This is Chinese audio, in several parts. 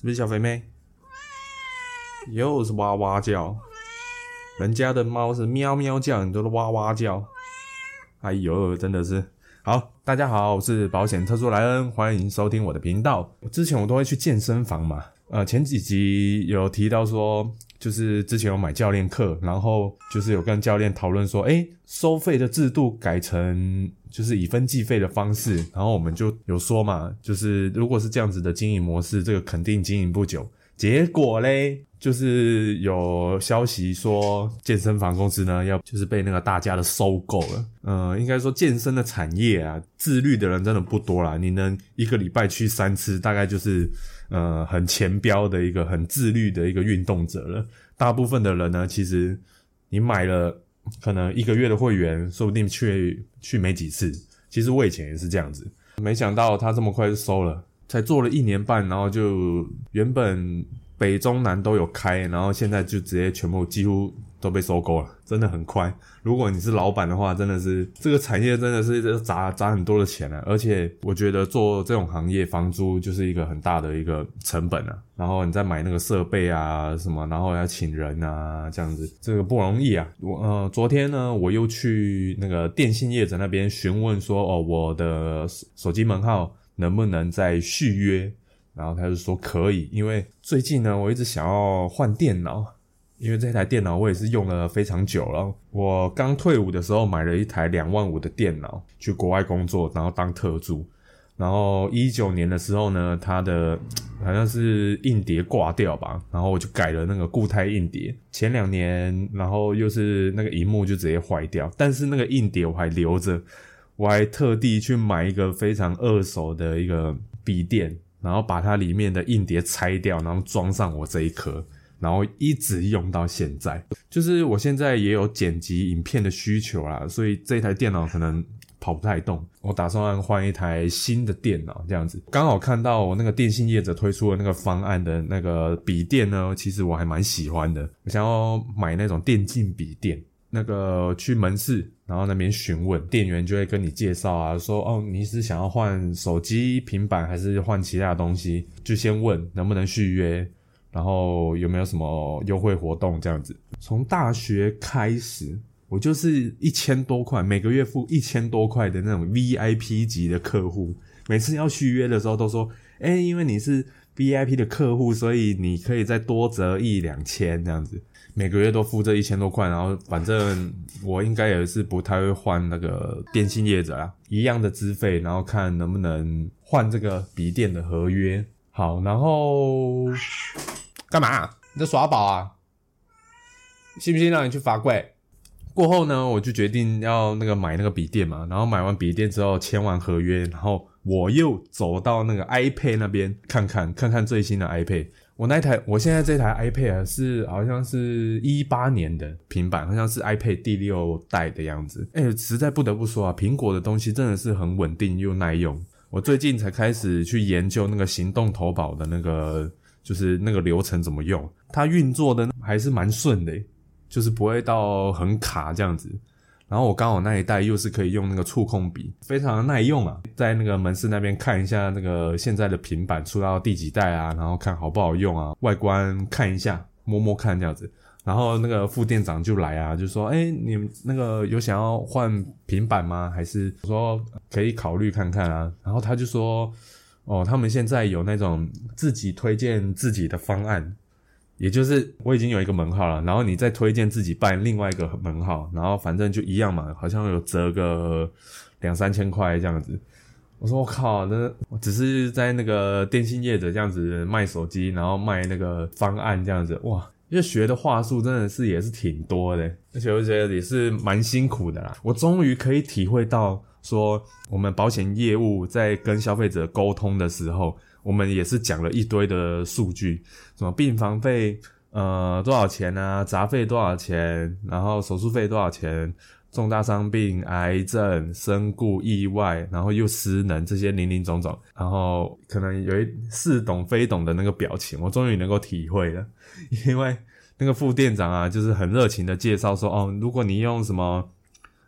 不是小肥妹？又是哇哇叫，人家的猫是喵喵叫，你都是哇哇叫。哎呦，真的是。好，大家好，我是保险特助莱恩，欢迎收听我的频道。之前我都会去健身房嘛，前几集有提到说，就是之前有买教练课，然后就是有跟教练讨论说，收费的制度改成就是以分计费的方式，然后我们就有说嘛，就是如果是这样子的经营模式，这个肯定经营不久。结果嘞，就是有消息说健身房公司呢要就是被那个大家的收购了。应该说健身的产业啊，自律的人真的不多啦，你能一个礼拜去3次，大概就是很前标的一个很自律的一个运动者了。大部分的人呢，其实你买了可能1个月的会员，说不定去没几次。其实我以前也是这样子，没想到他这么快就收了。才做了1年半，然后就原本北中南都有开，然后现在就直接全部几乎都被收购了，真的很快。如果你是老板的话，真的是这个产业真的是砸很多的钱啊，而且我觉得做这种行业房租就是一个很大的一个成本啊，然后你再买那个设备啊什么，然后要请人啊这样子，这个不容易啊。昨天呢我又去那个电信业者那边询问说我的手机门号能不能再续约，然后他就说可以，因为最近呢我一直想要换电脑，因为这台电脑我也是用了非常久了。我刚退伍的时候买了一台2万5的电脑去国外工作，然后当特助，然后19年的时候呢它的好像是硬碟挂掉吧，然后我就改了那个固态硬碟，前2年然后又是那个萤幕就直接坏掉，但是那个硬碟我还留着，我还特地去买一个非常二手的一个笔电，然后把它里面的硬碟拆掉，然后装上我这一颗，然后一直用到现在。就是我现在也有剪辑影片的需求啦，所以这台电脑可能跑不太动，我打算换一台新的电脑这样子。刚好看到我那个电信业者推出的那个方案的那个笔电呢，其实我还蛮喜欢的，我想要买那种电竞笔电。那个去门市，然后那边询问，店员就会跟你介绍啊，说你是想要换手机、平板还是换其他的东西，就先问能不能续约，然后有没有什么优惠活动这样子。从大学开始，我就是1000多块，每个月付1000多块的那种 VIP 级的客户，每次要续约的时候都说，因为你是 VIP 的客户，所以你可以再多折1-2千这样子。每个月都付这1000多块，然后反正我应该也是不太会换那个电信业者啦，一样的资费，然后看能不能换这个笔电的合约。好，然后干嘛？你在耍宝啊？信不信让你去罚跪？过后呢，我就决定要买那个笔电嘛，然后买完笔电之后签完合约，然后我又走到那个 iPad 那边看看最新的 iPad。我现在这台 iPad 好像是18年的平板，好像是 iPad 第6代的样子。实在不得不说啊，苹果的东西真的是很稳定又耐用。我最近才开始去研究那个行动投保的那个，就是那个流程怎么用，它运作的还是蛮顺的，就是不会到很卡这样子。然后我刚好那一代又是可以用那个触控笔，非常的耐用啊。在那个门市那边看一下那个现在的平板出到第几代啊，然后看好不好用啊，外观看一下，摸摸看这样子。然后那个副店长就来啊，就说你们那个有想要换平板吗？还是我说可以考虑看看啊。然后他就说他们现在有那种自己推荐自己的方案，也就是我已经有一个门号了，然后你再推荐自己办另外一个门号，然后反正就一样嘛，好像有折个2-3千块这样子。我说我靠，我只是在那个电信业者这样子卖手机，然后卖那个方案这样子，哇，因为学的话术真的是也是挺多的，而且我觉得也是蛮辛苦的啦。我终于可以体会到说我们保险业务在跟消费者沟通的时候，我们也是讲了一堆的数据，什么病房费多少钱啊，杂费多少钱，然后手术费多少钱，重大伤病、癌症、身故、意外，然后又失能，这些林林总总，然后可能有一似懂非懂的那个表情，我终于能够体会了。因为那个副店长啊，就是很热情的介绍说如果你用什么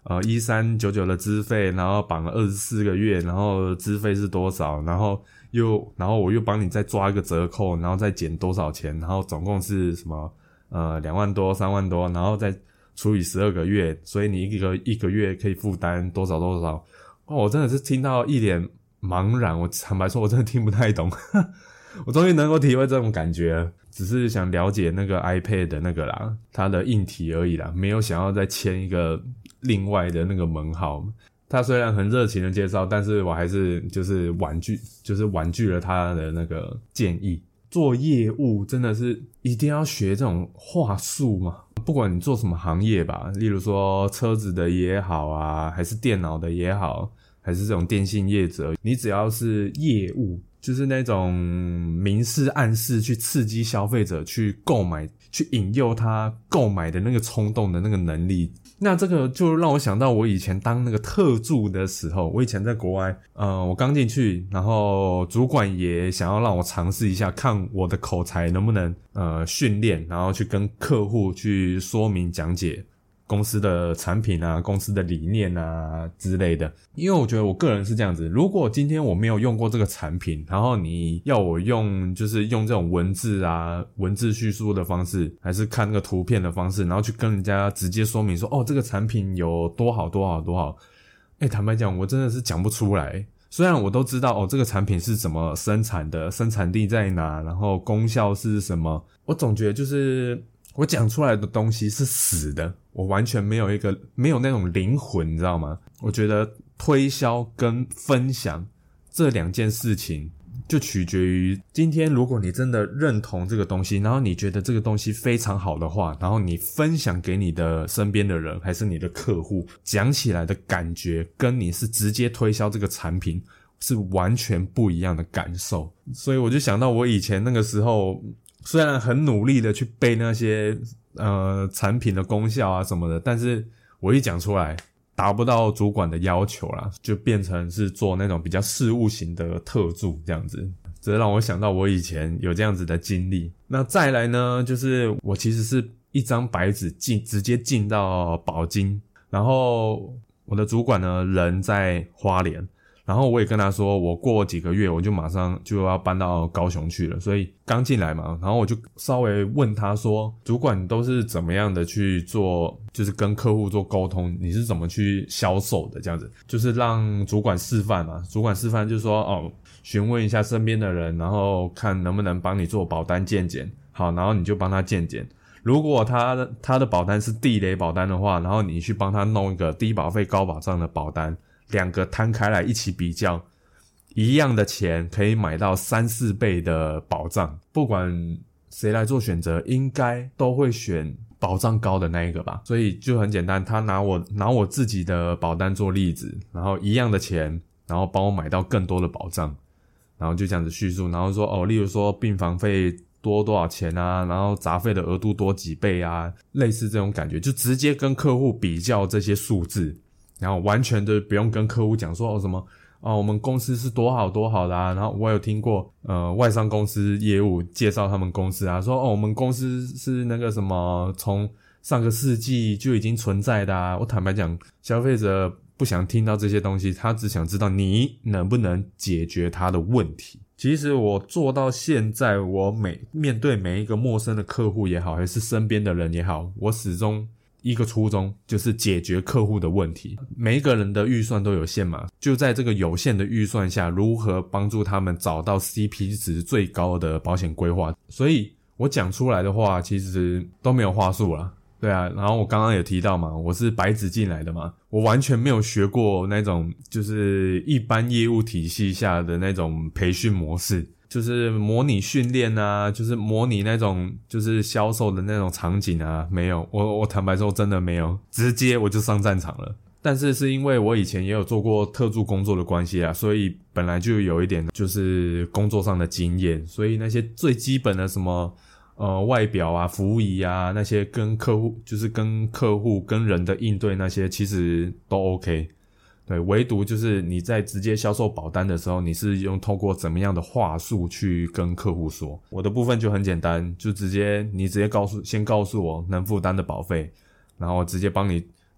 1399的资费，然后绑了24个月，然后资费是多少，然后我又帮你再抓一个折扣，然后再减多少钱，然后总共是什么2万多3万多，然后再除以12个月，所以你一个月可以负担多少多少。我真的是听到一脸茫然，我坦白说我真的听不太懂我终于能够体会这种感觉了，只是想了解那个 iPad 的那个啦，它的硬体而已啦，没有想要再签一个另外的那个门号。他虽然很热情的介绍，但是我还是就是婉拒了他的那个建议。做业务真的是一定要学这种话术嘛，不管你做什么行业吧，例如说车子的也好啊，还是电脑的也好，还是这种电信业者，你只要是业务，就是那种明示暗示去刺激消费者去购买，去引诱他购买的那个冲动的那个能力。那这个就让我想到我以前当那个特助的时候，我以前在国外我刚进去，然后主管也想要让我尝试一下，看我的口才能不能训练，然后去跟客户去说明讲解公司的产品啊，公司的理念啊之类的。因为我觉得我个人是这样子，如果今天我没有用过这个产品，然后你要我就是用这种文字叙述的方式，还是看那个图片的方式，然后去跟人家直接说明说这个产品有多好多好多好，坦白讲我真的是讲不出来。虽然我都知道这个产品是怎么生产的，生产地在哪，然后功效是什么，我总觉得就是我讲出来的东西是死的，我完全没有那种灵魂，你知道吗？我觉得推销跟分享这两件事情就取决于今天如果你真的认同这个东西，然后你觉得这个东西非常好的话，然后你分享给你的身边的人还是你的客户，讲起来的感觉跟你是直接推销这个产品是完全不一样的感受。所以我就想到我以前那个时候虽然很努力的去背那些产品的功效啊什么的，但是我一讲出来达不到主管的要求啦，就变成是做那种比较事务型的特助这样子。这让我想到我以前有这样子的经历。那再来呢，就是我其实是一张白纸直接进到保经，然后我的主管呢人在花莲，然后我也跟他说我过几个月我就马上就要搬到高雄去了，所以刚进来嘛，然后我就稍微问他说主管都是怎么样的去做，就是跟客户做沟通，你是怎么去销售的这样子，就是让主管示范嘛。主管示范就是说询问一下身边的人，然后看能不能帮你做保单健检，好，然后你就帮他健检。如果他的保单是地雷保单的话，然后你去帮他弄一个低保费高保障的保单，两个摊开来一起比较，一样的钱可以买到3-4倍的保障。不管谁来做选择，应该都会选保障高的那一个吧。所以就很简单，他拿我自己的保单做例子，然后一样的钱，然后帮我买到更多的保障，然后就这样子叙述，然后说例如说病房费多少钱啊，然后杂费的额度多几倍啊，类似这种感觉，就直接跟客户比较这些数字，然后完全的不用跟客户讲说什么我们公司是多好多好的啊。然后我有听过外商公司业务介绍他们公司啊，说我们公司是那个什么从上个世纪就已经存在的啊。我坦白讲，消费者不想听到这些东西，他只想知道你能不能解决他的问题。其实我做到现在，我面对每一个陌生的客户也好，还是身边的人也好，我始终一个初衷就是解决客户的问题。每一个人的预算都有限嘛，就在这个有限的预算下，如何帮助他们找到 CP 值最高的保险规划。所以我讲出来的话其实都没有话术啦。对啊，然后我刚刚有提到嘛，我是白纸进来的嘛，我完全没有学过那种就是一般业务体系下的那种培训模式，就是模拟训练啊，就是模拟那种就是销售的那种场景啊，没有，我坦白说真的没有，直接我就上战场了。但是因为我以前也有做过特助工作的关系啊，所以本来就有一点就是工作上的经验，所以那些最基本的什么外表啊、服务仪啊，那些跟客户跟人的应对那些其实都 OK。对，唯独就是你在直接销售保单的时候，你是用透过怎么样的话术去跟客户说。我的部分就很简单，就你直接先告诉我能负担的保费，然后直接帮你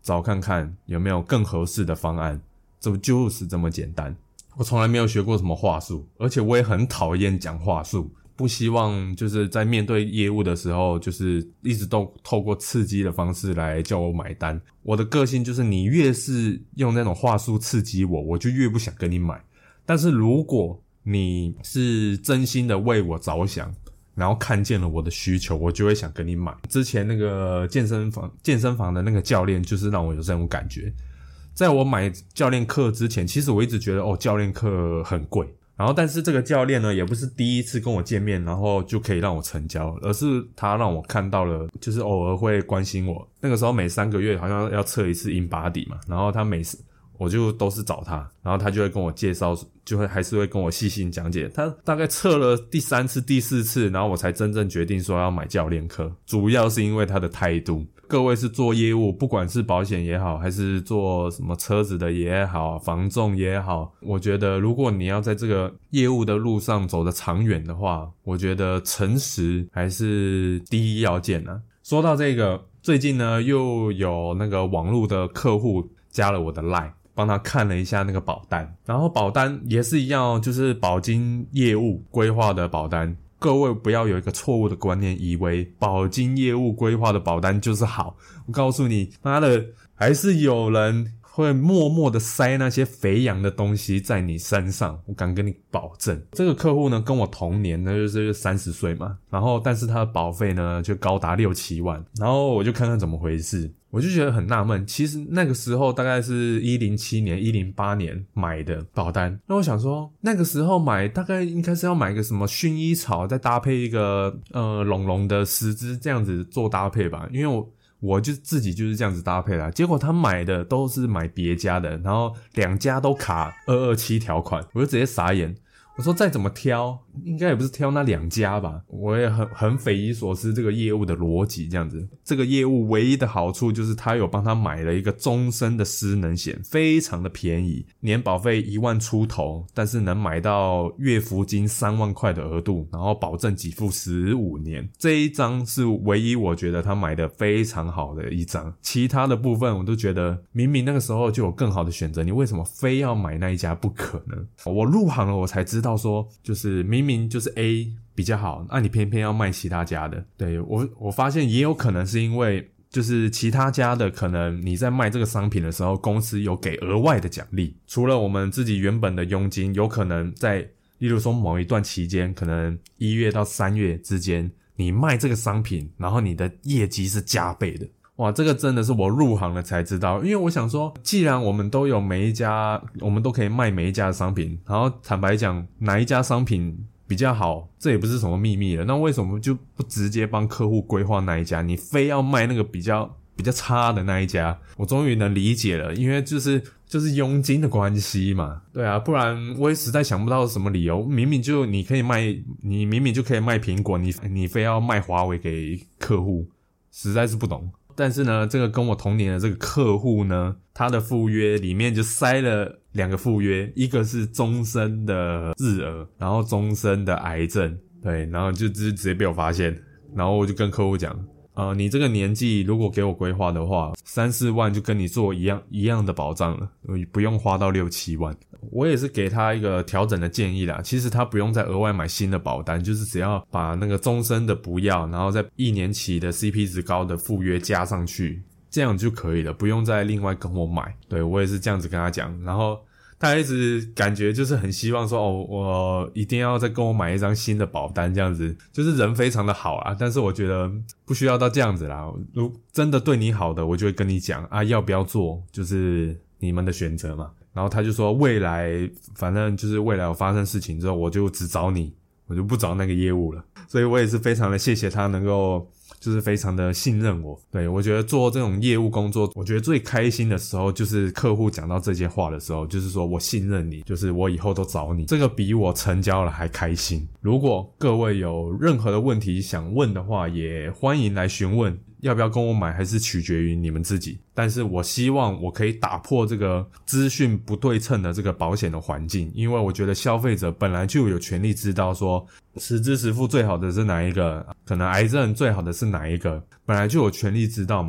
找看看有没有更合适的方案，这不就是这么简单。我从来没有学过什么话术，而且我也很讨厌讲话术，不希望就是在面对业务的时候就是一直都透过刺激的方式来叫我买单。我的个性就是你越是用那种话术刺激我就越不想跟你买。但是如果你是真心的为我着想，然后看见了我的需求，我就会想跟你买。之前那个健身房的那个教练就是让我有这种感觉。在我买教练课之前，其实我一直觉得教练课很贵，然后但是这个教练呢也不是第一次跟我见面然后就可以让我成交，而是他让我看到了，就是偶尔会关心我。那个时候每3个月好像要测一次 InBody 嘛，然后他我就都是找他，然后他就会跟我介绍，还是会跟我细心讲解。他大概测了第3次第4次，然后我才真正决定说要买教练课，主要是因为他的态度。各位是做业务，不管是保险也好，还是做什么车子的也好，房仲也好，我觉得如果你要在这个业务的路上走得长远的话，我觉得诚实还是第一要件啊。说到这个，最近呢又有那个网络的客户加了我的 LINE， 帮他看了一下那个保单，然后保单也是一样，就是保金业务规划的保单。各位不要有一个错误的观念，以为保金业务规划的保单就是好。我告诉你，妈的，还是有人会默默的塞那些肥羊的东西在你身上，我敢跟你保证。这个客户呢跟我同年呢，就是30岁嘛，然后但是他的保费呢就高达6-7万，然后我就看看怎么回事。我就觉得很纳闷，其实那个时候大概是107年108年买的保单，那我想说那个时候买大概应该是要买个什么薰衣草，再搭配一个龙龙的10支这样子做搭配吧，因为我就自己就是这样子搭配啦。结果他买的都是买别家的，然后2家都卡227条款，我就直接傻眼。我说再怎么挑，应该也不是挑那2家吧？我也很匪夷所思这个业务的逻辑这样子。这个业务唯一的好处就是他有帮他买了一个终身的失能险，非常的便宜，年保费1万出头，但是能买到月服金3万块的额度，然后保证给付15年。这一张是唯一我觉得他买的非常好的一张，其他的部分我都觉得明明那个时候就有更好的选择，你为什么非要买那一家不可呢？我入行了我才知道说，就是明明就是 A 比较好，你偏偏要卖其他家的。对，我发现也有可能是因为就是其他家的可能你在卖这个商品的时候，公司有给额外的奖励，除了我们自己原本的佣金，有可能在例如说某一段期间，可能1月到3月之间，你卖这个商品，然后你的业绩是加倍的。哇，这个真的是我入行了才知道，因为我想说，既然我们都有每一家，我们都可以卖每一家的商品，然后坦白讲，哪一家商品比较好，这也不是什么秘密了，那为什么就不直接帮客户规划那一家，你非要卖那个比较差的那一家？我终于能理解了，因为就是佣金的关系嘛。对啊，不然我也实在想不到什么理由，明明就你明明就可以卖苹果，你非要卖华为给客户，实在是不懂。但是呢，这个跟我同年的这个客户呢，他的附约里面就塞了2个附约，一个是终身的日额，然后终身的癌症，对，然后就直接被我发现，然后我就跟客户讲，你这个年纪如果给我规划的话，3-4万就跟你做一样的保障了，不用花到6-7万。我也是给他一个调整的建议啦，其实他不用再额外买新的保单，就是只要把那个终身的不要，然后再1年期的 CP 值高的附约加上去，这样就可以了，不用再另外跟我买。对，我也是这样子跟他讲，然后他一直感觉就是很希望说我一定要再跟我买一张新的保单，这样子就是人非常的好啊，但是我觉得不需要到这样子啦，如真的对你好的我就会跟你讲啊，要不要做就是你们的选择嘛。然后他就说未来反正就是未来有发生事情之后我就只找你，我就不找那个业务了。所以我也是非常的谢谢他能够就是非常的信任我。对，我觉得做这种业务工作，我觉得最开心的时候就是客户讲到这些话的时候，就是说我信任你，就是我以后都找你，这个比我成交了还开心。如果各位有任何的问题想问的话，也欢迎来询问，要不要跟我买还是取决于你们自己，但是我希望我可以打破这个资讯不对称的这个保险的环境，因为我觉得消费者本来就有权利知道说实支实付最好的是哪一个，可能癌症最好的是哪一个，本来就有权利知道嘛。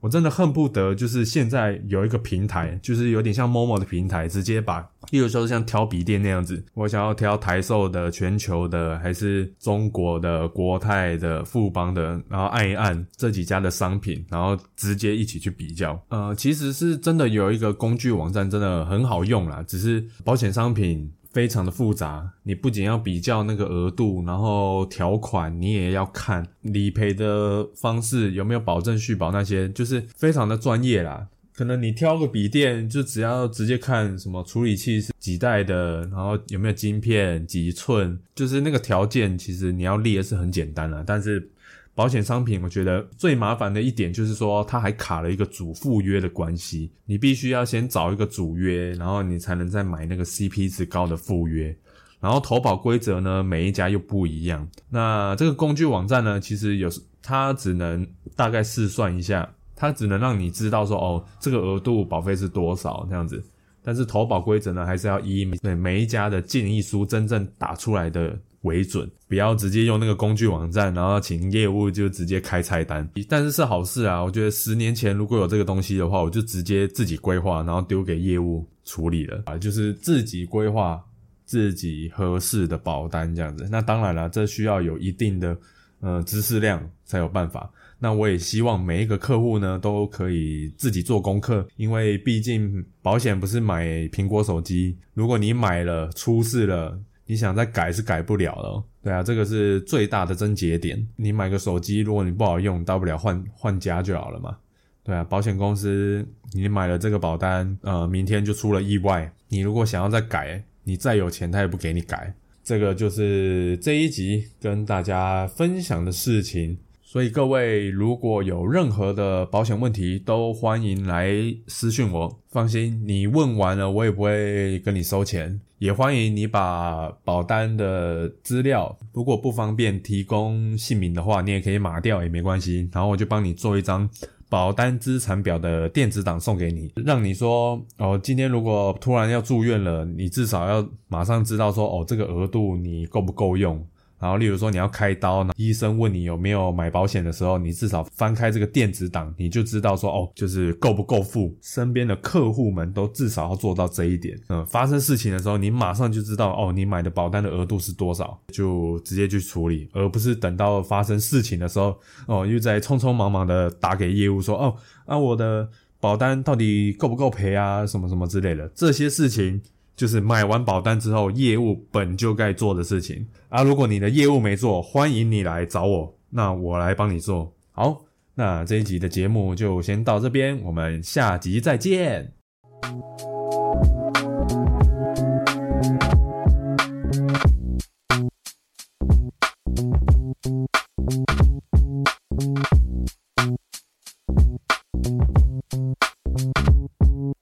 我真的恨不得就是现在有一个平台，就是有点像 Momo 的平台，直接把例如说像挑笔电那样子，我想要挑台塑的、全球的还是中国的、国泰的、富邦的，然后按一按这几家的商品，然后直接一起去比较。其实是真的有一个工具网站真的很好用啦，只是保险商品非常的复杂，你不仅要比较那个额度，然后条款你也要看理赔的方式有没有保证续保，那些就是非常的专业啦。可能你挑个笔电就只要直接看什么处理器是几代的，然后有没有晶片几寸，就是那个条件其实你要列是很简单啦。但是保险商品我觉得最麻烦的一点就是说它还卡了一个主附约的关系，你必须要先找一个主约，然后你才能再买那个 CP 值高的附约，然后投保规则呢每一家又不一样。那这个工具网站呢其实它只能大概试算一下，它只能让你知道说这个额度保费是多少这样子，但是投保规则呢还是要以每一家的建议书真正打出来的为准，不要直接用那个工具网站，然后请业务就直接开菜单。但是是好事啊，我觉得10年前如果有这个东西的话，我就直接自己规划，然后丢给业务处理了啊，就是自己规划自己合适的保单这样子。那当然啦，这需要有一定的知识量才有办法。那我也希望每一个客户呢都可以自己做功课，因为毕竟保险不是买苹果手机，如果你买了出事了，你想再改是改不了了。对啊，这个是最大的症结点。你买个手机，如果你不好用，大不了换家就好了嘛。对啊，保险公司你买了这个保单，明天就出了意外，你如果想要再改，你再有钱他也不给你改。这个就是这一集跟大家分享的事情。所以各位如果有任何的保险问题都欢迎来私讯我，放心，你问完了我也不会跟你收钱，也欢迎你把保单的资料如果不方便提供姓名的话，你也可以码掉也没关系，然后我就帮你做一张保单资产表的电子档送给你，让你说今天如果突然要住院了，你至少要马上知道说这个额度你够不够用。然后例如说你要开刀，医生问你有没有买保险的时候，你至少翻开这个电子档，你就知道说就是够不够付。身边的客户们都至少要做到这一点。发生事情的时候，你马上就知道你买的保单的额度是多少，就直接去处理，而不是等到发生事情的时候又在匆匆忙忙的打给业务说我的保单到底够不够赔啊什么什么之类的。这些事情就是买完保单之后业务本就该做的事情啊。如果你的业务没做，欢迎你来找我，那我来帮你做。好，那这一集的节目就先到这边，我们下集再见。